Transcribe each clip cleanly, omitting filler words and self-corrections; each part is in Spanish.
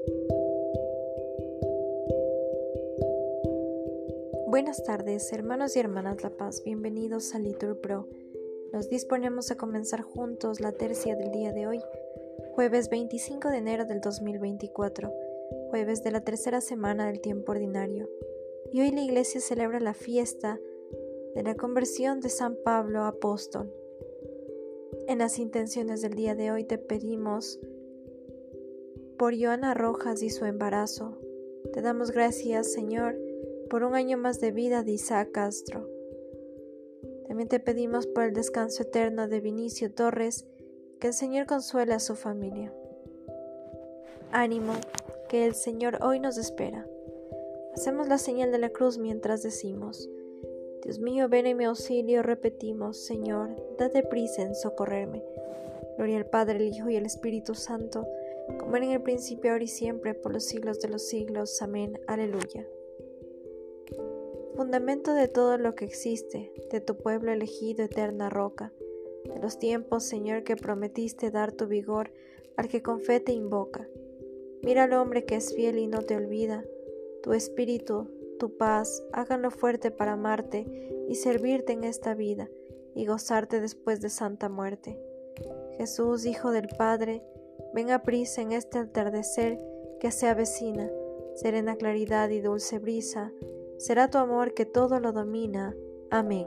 Buenas tardes, hermanos y hermanas La Paz, bienvenidos a Litur Pro. Nos disponemos a comenzar juntos la tercia del día de hoy, jueves 25 de enero del 2024, jueves de la tercera semana del tiempo ordinario. Y hoy la Iglesia celebra la fiesta de la conversión de San Pablo Apóstol. En las intenciones del día de hoy te pedimos por Joana Rojas y su embarazo. Te damos gracias, Señor, por un año más de vida de Isaac Castro. También te pedimos por el descanso eterno de Vinicio Torres, que el Señor consuele a su familia. Ánimo, que el Señor hoy nos espera. Hacemos la señal de la cruz mientras decimos: Dios mío, ven en mi auxilio. Repetimos: Señor, date prisa en socorrerme. Gloria al Padre, al Hijo y al Espíritu Santo, como era en el principio, ahora y siempre, por los siglos de los siglos. Amén. Aleluya. Fundamento de todo lo que existe, de tu pueblo elegido, eterna roca, de los tiempos, Señor, que prometiste dar tu vigor al que con fe te invoca. Mira al hombre que es fiel y no te olvida. Tu espíritu, tu paz, háganlo fuerte para amarte y servirte en esta vida y gozarte después de santa muerte. Jesús, Hijo del Padre, ven a prisa en este atardecer que se avecina, serena claridad y dulce brisa. Será tu amor que todo lo domina. Amén.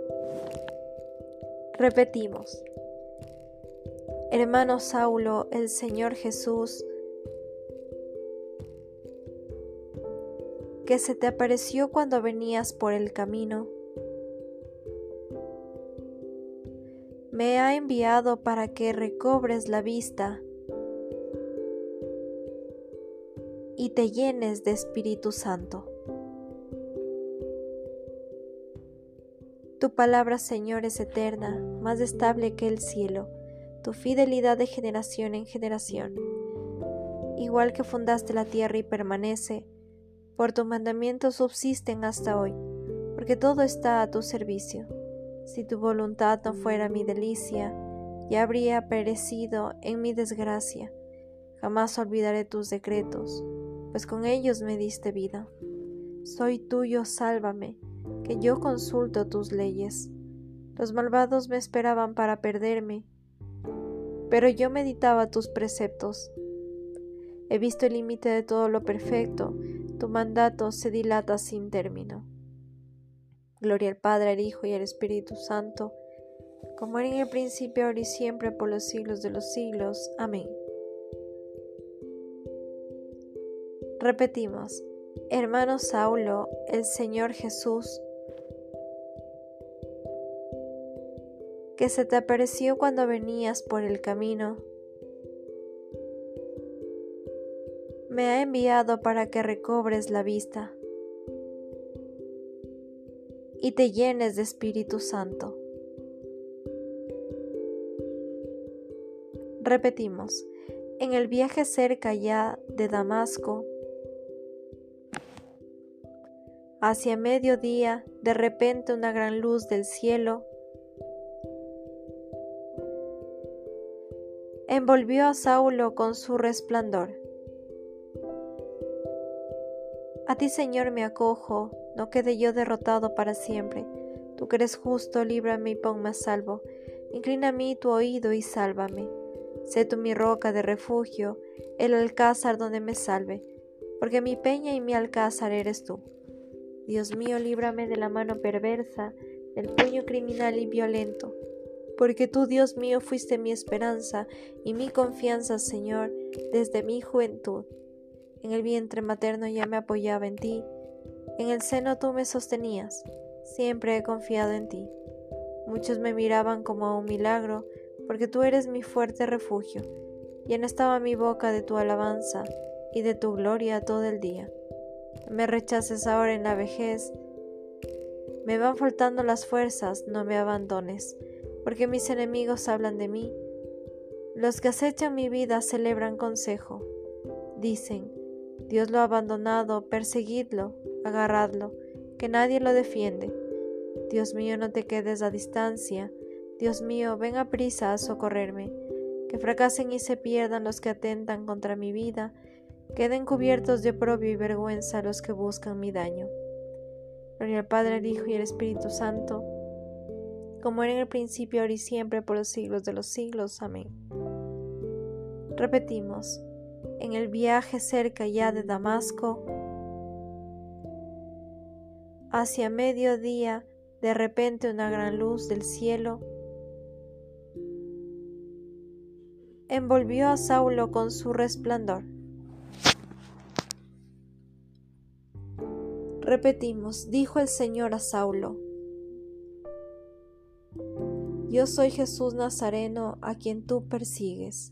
Repetimos: Hermano Saulo, el Señor Jesús, que se te apareció cuando venías por el camino, me ha enviado para que recobres la vista y te llenes de Espíritu Santo. Tu palabra, Señor, es eterna, más estable que el cielo, tu fidelidad de generación en generación. Igual que fundaste la tierra y permanece, por tu mandamiento subsisten hasta hoy, porque todo está a tu servicio. Si tu voluntad no fuera mi delicia, ya habría perecido en mi desgracia. Jamás olvidaré tus decretos, pues con ellos me diste vida. Soy tuyo, sálvame, que yo consulto tus leyes. Los malvados me esperaban para perderme, pero yo meditaba tus preceptos. He visto el límite de todo lo perfecto, tu mandato se dilata sin término. Gloria al Padre, al Hijo y al Espíritu Santo, como era en el principio, ahora y siempre, por los siglos de los siglos. Amén. Repetimos: Hermano Saulo, el Señor Jesús, que se te apareció cuando venías por el camino, me ha enviado para que recobres la vista y te llenes de Espíritu Santo. Repetimos: en el viaje cerca ya de Damasco, hacia mediodía, de repente una gran luz del cielo envolvió a Saulo con su resplandor. A ti, Señor, me acojo, no quede yo derrotado para siempre. Tú que eres justo, líbrame y ponme a salvo. Inclina a mí tu oído y sálvame. Sé tú mi roca de refugio, el alcázar donde me salve, porque mi peña y mi alcázar eres tú. Dios mío, líbrame de la mano perversa, del puño criminal y violento, porque tú, Dios mío, fuiste mi esperanza y mi confianza, Señor, desde mi juventud. En el vientre materno ya me apoyaba en ti, en el seno tú me sostenías, siempre he confiado en ti. Muchos me miraban como a un milagro, porque tú eres mi fuerte refugio. Llena estaba mi boca de tu alabanza y de tu gloria todo el día. No me rechaces ahora en la vejez, me van faltando las fuerzas, no me abandones, porque mis enemigos hablan de mí. Los que acechan mi vida celebran consejo. Dicen: Dios lo ha abandonado, perseguidlo, agarradlo, que nadie lo defiende. Dios mío, no te quedes a distancia. Dios mío, ven a prisa a socorrerme. Que fracasen y se pierdan los que atentan contra mi vida, Queden cubiertos de oprobio y vergüenza los que buscan mi daño. Gloria al Padre, al Hijo y al Espíritu Santo, como era en el principio, ahora y siempre, por los siglos de los siglos. Amén. Repetimos, en el viaje cerca ya de Damasco, hacia mediodía, de repente una gran luz del cielo envolvió a Saulo con su resplandor. Repetimos, dijo el Señor a Saulo: Yo soy Jesús Nazareno, a quien tú persigues.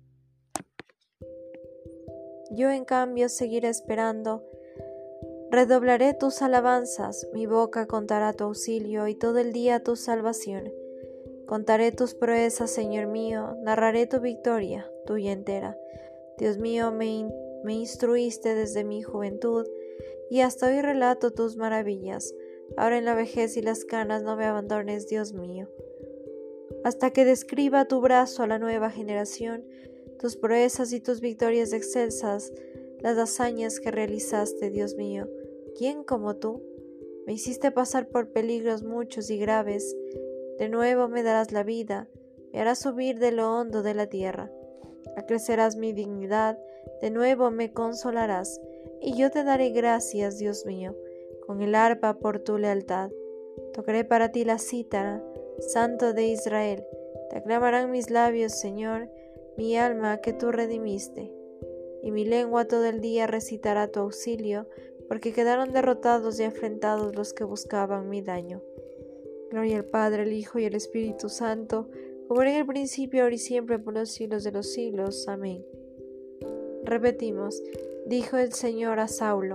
Yo, en cambio, seguiré esperando. Redoblaré tus alabanzas, mi boca contará tu auxilio y todo el día tu salvación. Contaré tus proezas, Señor mío, narraré tu victoria, tuya entera. Dios mío, me instruiste desde mi juventud, y hasta hoy relato tus maravillas. Ahora en la vejez y las canas no me abandones, Dios mío. Hasta que describa tu brazo a la nueva generación, tus proezas y tus victorias excelsas, las hazañas que realizaste, Dios mío. ¿Quién como tú? Me hiciste pasar por peligros muchos y graves. De nuevo me darás la vida, me harás subir de lo hondo de la tierra. Acrecerás mi dignidad, de nuevo me consolarás, y yo te daré gracias, Dios mío, con el arpa por tu lealtad. Tocaré para ti la cítara, Santo de Israel. Te aclamarán mis labios, Señor, mi alma que tú redimiste. Y mi lengua todo el día recitará tu auxilio, porque quedaron derrotados y afrentados los que buscaban mi daño. Gloria al Padre, al Hijo y al Espíritu Santo, como era en el principio, ahora y siempre, por los siglos de los siglos. Amén. Repetimos, dijo el Señor a Saulo: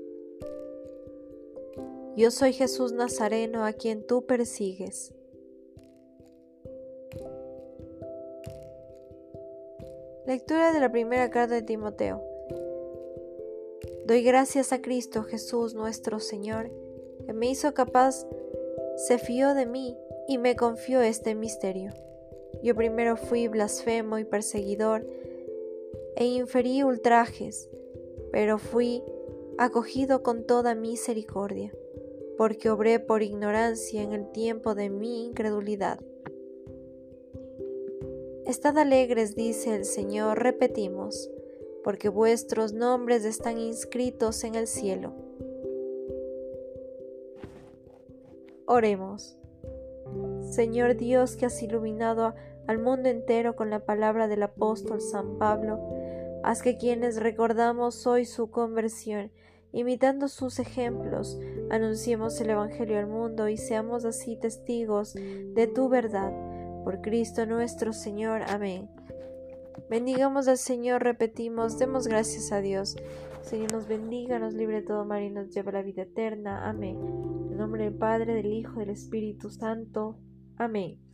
Yo soy Jesús Nazareno, a quien tú persigues. Lectura de la primera carta de Timoteo. Doy gracias a Cristo Jesús nuestro Señor, que me hizo capaz, se fió de mí y me confió este misterio. Yo primero fui blasfemo y perseguidor, e inferí ultrajes, pero fui acogido con toda misericordia, porque obré por ignorancia en el tiempo de mi incredulidad. Estad alegres, dice el Señor, repetimos, porque vuestros nombres están inscritos en el cielo. Oremos. Señor Dios, que has iluminado al mundo entero con la palabra del apóstol San Pablo, haz que quienes recordamos hoy su conversión, imitando sus ejemplos, anunciemos el Evangelio al mundo y seamos así testigos de tu verdad. Por Cristo nuestro Señor. Amén. Bendigamos al Señor, repetimos, demos gracias a Dios. Señor nos bendiga, nos libre de todo mal y nos lleve a la vida eterna. Amén. En nombre del Padre, del Hijo y del Espíritu Santo. Amén.